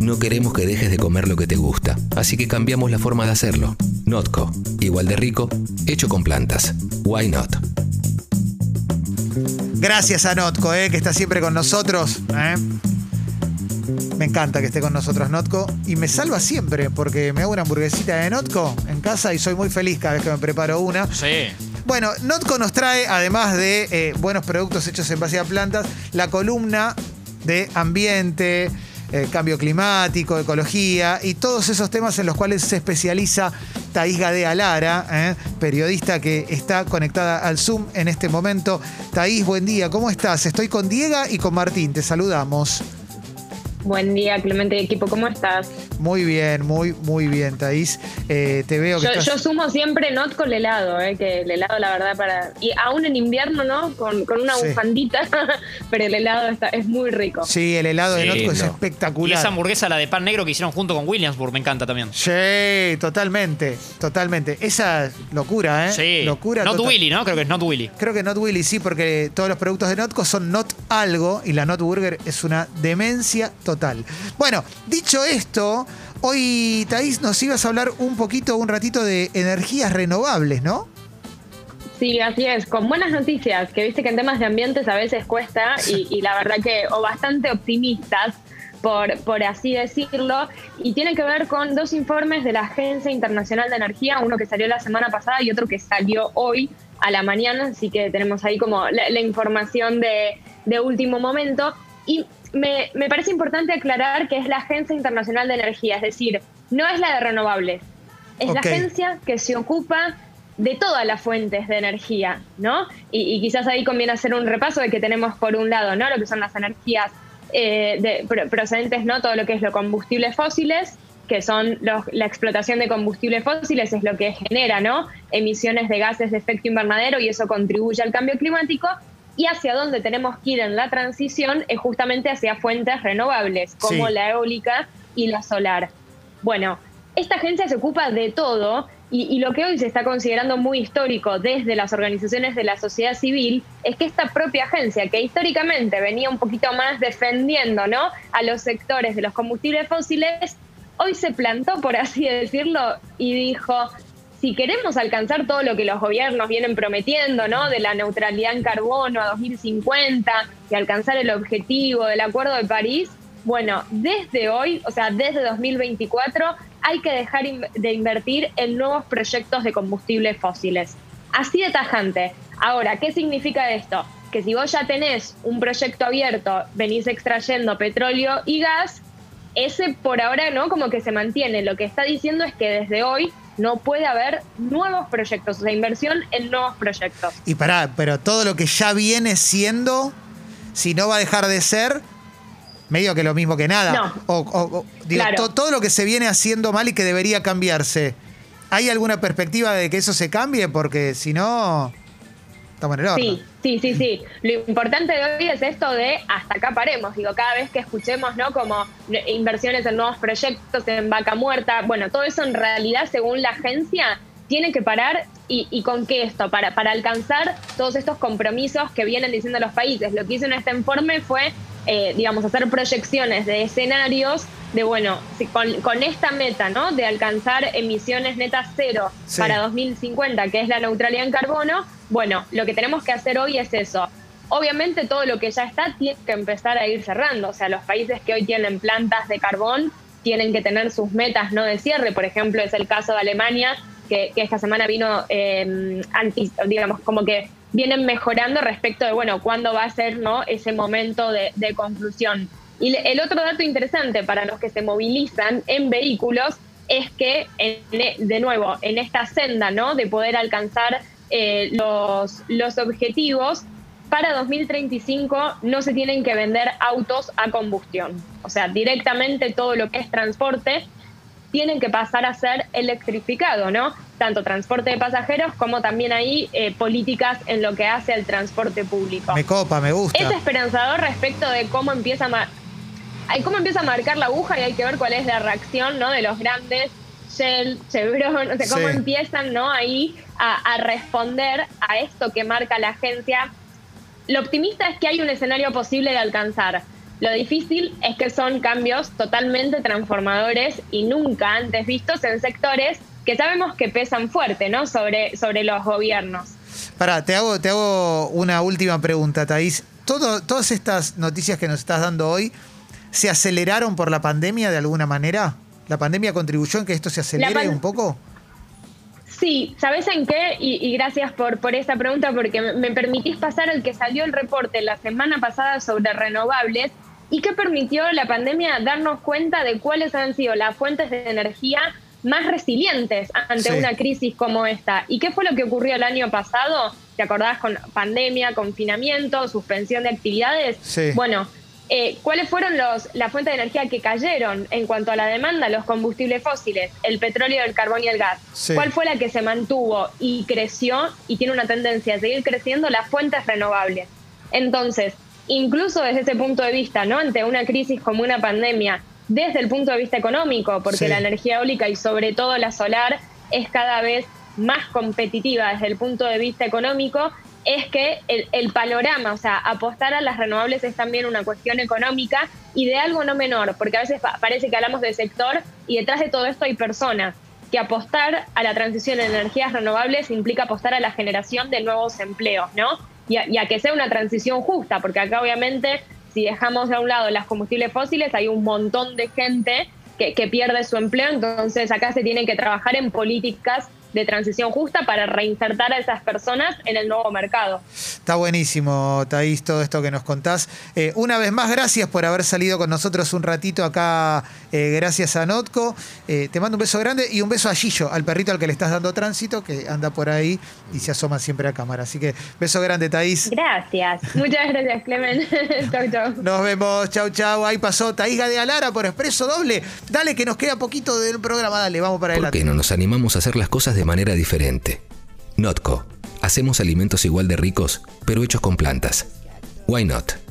No queremos que dejes de comer lo que te gusta, así que cambiamos la forma de hacerlo. Notco, igual de rico, hecho con plantas. Why not? Gracias a Notco, que está siempre con nosotros. Me encanta que esté con nosotros Notco. Y me salva siempre porque me hago una hamburguesita de Notco en casa y soy muy feliz cada vez que me preparo una. Sí. Bueno, Notco nos trae, además de buenos productos hechos en base a plantas, la columna de ambiente, cambio climático, ecología y todos esos temas en los cuales se especializa Thaís Gadea Lara, periodista que está conectada al Zoom en este momento. Thaís, buen día, ¿cómo estás? Estoy con Diego y con Martín, te saludamos. Buen día, Clemente y equipo, ¿cómo estás? Muy bien, muy bien, Thaís. Te veo que yo sumo siempre Notco el helado, que el helado, la verdad, y aún en invierno, ¿no? Con una bufandita, pero el helado es muy rico. Sí, el helado de Notco es espectacular. Y esa hamburguesa, la de pan negro que hicieron junto con Williamsburg, me encanta también. Sí, totalmente. Esa locura, Sí. Locura. Not Willy, ¿no? Creo que es Not Willy. Creo que Not Willy, sí, porque todos los productos de Notco son Not algo y la Not Burger es una demencia total. Bueno, dicho esto, hoy, Thaís, nos ibas a hablar un ratito de energías renovables, ¿no? Sí, así es, con buenas noticias, que viste que en temas de ambientes a veces cuesta y la verdad que, o bastante optimistas, por así decirlo, y tiene que ver con dos informes de la Agencia Internacional de Energía, uno que salió la semana pasada y otro que salió hoy a la mañana, así que tenemos ahí como la información de último momento. Y me parece importante aclarar que es la Agencia Internacional de Energía, es decir, no es la de renovables, es la agencia que se ocupa de todas las fuentes de energía, ¿no? Y quizás ahí conviene hacer un repaso de que tenemos por un lado, ¿no? Lo que son las energías procedentes, ¿no? Todo lo que es los combustibles fósiles, que son la explotación de combustibles fósiles es lo que genera, ¿no? Emisiones de gases de efecto invernadero y eso contribuye al cambio climático. Y hacia dónde tenemos que ir en la transición es justamente hacia fuentes renovables, como la eólica y la solar. Bueno, esta agencia se ocupa de todo y lo que hoy se está considerando muy histórico desde las organizaciones de la sociedad civil es que esta propia agencia, que históricamente venía un poquito más defendiendo, ¿no?, a los sectores de los combustibles fósiles, hoy se plantó, por así decirlo, y dijo: si queremos alcanzar todo lo que los gobiernos vienen prometiendo, ¿no?, de la neutralidad en carbono a 2050 y alcanzar el objetivo del Acuerdo de París, bueno, desde hoy, o sea, desde 2024, hay que dejar de invertir en nuevos proyectos de combustibles fósiles. Así de tajante. Ahora, ¿qué significa esto? Que si vos ya tenés un proyecto abierto, venís extrayendo petróleo y gas, ese por ahora, ¿no?, como que se mantiene. Lo que está diciendo es que desde hoy no puede haber nuevos proyectos, o sea, inversión en nuevos proyectos. Y pero todo lo que ya viene siendo, si no va a dejar de ser, medio que lo mismo que nada. No. Digo, claro. Todo lo que se viene haciendo mal y que debería cambiarse, ¿hay alguna perspectiva de que eso se cambie? Porque si no, estamos en el horno. Sí. Lo importante de hoy es esto de hasta acá paremos. Digo, cada vez que escuchemos, ¿no?, como inversiones en nuevos proyectos, en vaca muerta, bueno, todo eso en realidad, según la agencia, tiene que parar. ¿Y con qué esto? Para alcanzar todos estos compromisos que vienen diciendo los países. Lo que hizo en este informe fue, hacer proyecciones de escenarios de, bueno, si con esta meta, ¿no?, de alcanzar emisiones netas cero para 2050, que es la neutralidad en carbono. Bueno, lo que tenemos que hacer hoy es eso. Obviamente todo lo que ya está tiene que empezar a ir cerrando. O sea, los países que hoy tienen plantas de carbón tienen que tener sus metas, ¿no?, de cierre. Por ejemplo, es el caso de Alemania, que esta semana vino, como que vienen mejorando respecto de, bueno, cuándo va a ser, ¿no?, ese momento de conclusión. Y el otro dato interesante para los que se movilizan en vehículos es que, de nuevo, en esta senda, ¿no?, de poder alcanzar los objetivos, para 2035 no se tienen que vender autos a combustión. O sea, directamente todo lo que es transporte tienen que pasar a ser electrificado, ¿no? Tanto transporte de pasajeros como también ahí políticas en lo que hace al transporte público. Me copa, me gusta. Es esperanzador respecto de cómo empieza a marcar la aguja y hay que ver cuál es la reacción, ¿no?, de los grandes, Shell, Chevron, o sea, cómo empiezan, ¿no?, ahí a responder a esto que marca la agencia. Lo optimista es que hay un escenario posible de alcanzar. Lo difícil es que son cambios totalmente transformadores y nunca antes vistos en sectores que sabemos que pesan fuerte, ¿no? sobre los gobiernos. Pará, te hago una última pregunta, Thaís. ¿Todas estas noticias que nos estás dando hoy se aceleraron por la pandemia de alguna manera? ¿La pandemia contribuyó en que esto se acelere un poco? Sí, ¿sabés en qué? Y gracias por esta pregunta, porque me permitís pasar el que salió el reporte la semana pasada sobre renovables y que permitió la pandemia darnos cuenta de cuáles han sido las fuentes de energía más resilientes ante una crisis como esta. ¿Y qué fue lo que ocurrió el año pasado? ¿Te acordás? Con pandemia, confinamiento, suspensión de actividades. Sí. Bueno, ¿cuáles fueron las fuentes de energía que cayeron en cuanto a la demanda? Los combustibles fósiles, el petróleo, el carbón y el gas. Sí. ¿Cuál fue la que se mantuvo y creció y tiene una tendencia a seguir creciendo? Las fuentes renovables. Entonces, incluso desde ese punto de vista, ¿no? Ante una crisis como una pandemia, desde el punto de vista económico, porque la energía eólica y sobre todo la solar es cada vez más competitiva desde el punto de vista económico, es que el panorama, o sea, apostar a las renovables es también una cuestión económica y de algo no menor, porque a veces parece que hablamos del sector y detrás de todo esto hay personas, que apostar a la transición en energías renovables implica apostar a la generación de nuevos empleos, ¿no? Y a que sea una transición justa, porque acá obviamente si dejamos de un lado las combustibles fósiles hay un montón de gente que pierde su empleo, entonces acá se tiene que trabajar en políticas de transición justa para reinsertar a esas personas en el nuevo mercado. Está buenísimo, Thaís, todo esto que nos contás. Una vez más, gracias por haber salido con nosotros un ratito acá, gracias a Notco. Te mando un beso grande y un beso a Gillo, al perrito al que le estás dando tránsito, que anda por ahí y se asoma siempre a cámara. Así que beso grande, Thaís. Gracias. Muchas gracias, Clemen. Chau, chau. Nos vemos. Chau, chau. Ahí pasó Thaís Gadealara por Expreso Doble. Dale, que nos queda poquito del programa. Dale, vamos para adelante. ¿Por qué no nos animamos a hacer las cosas de manera diferente? Notco. Hacemos alimentos igual de ricos, pero hechos con plantas. Why not?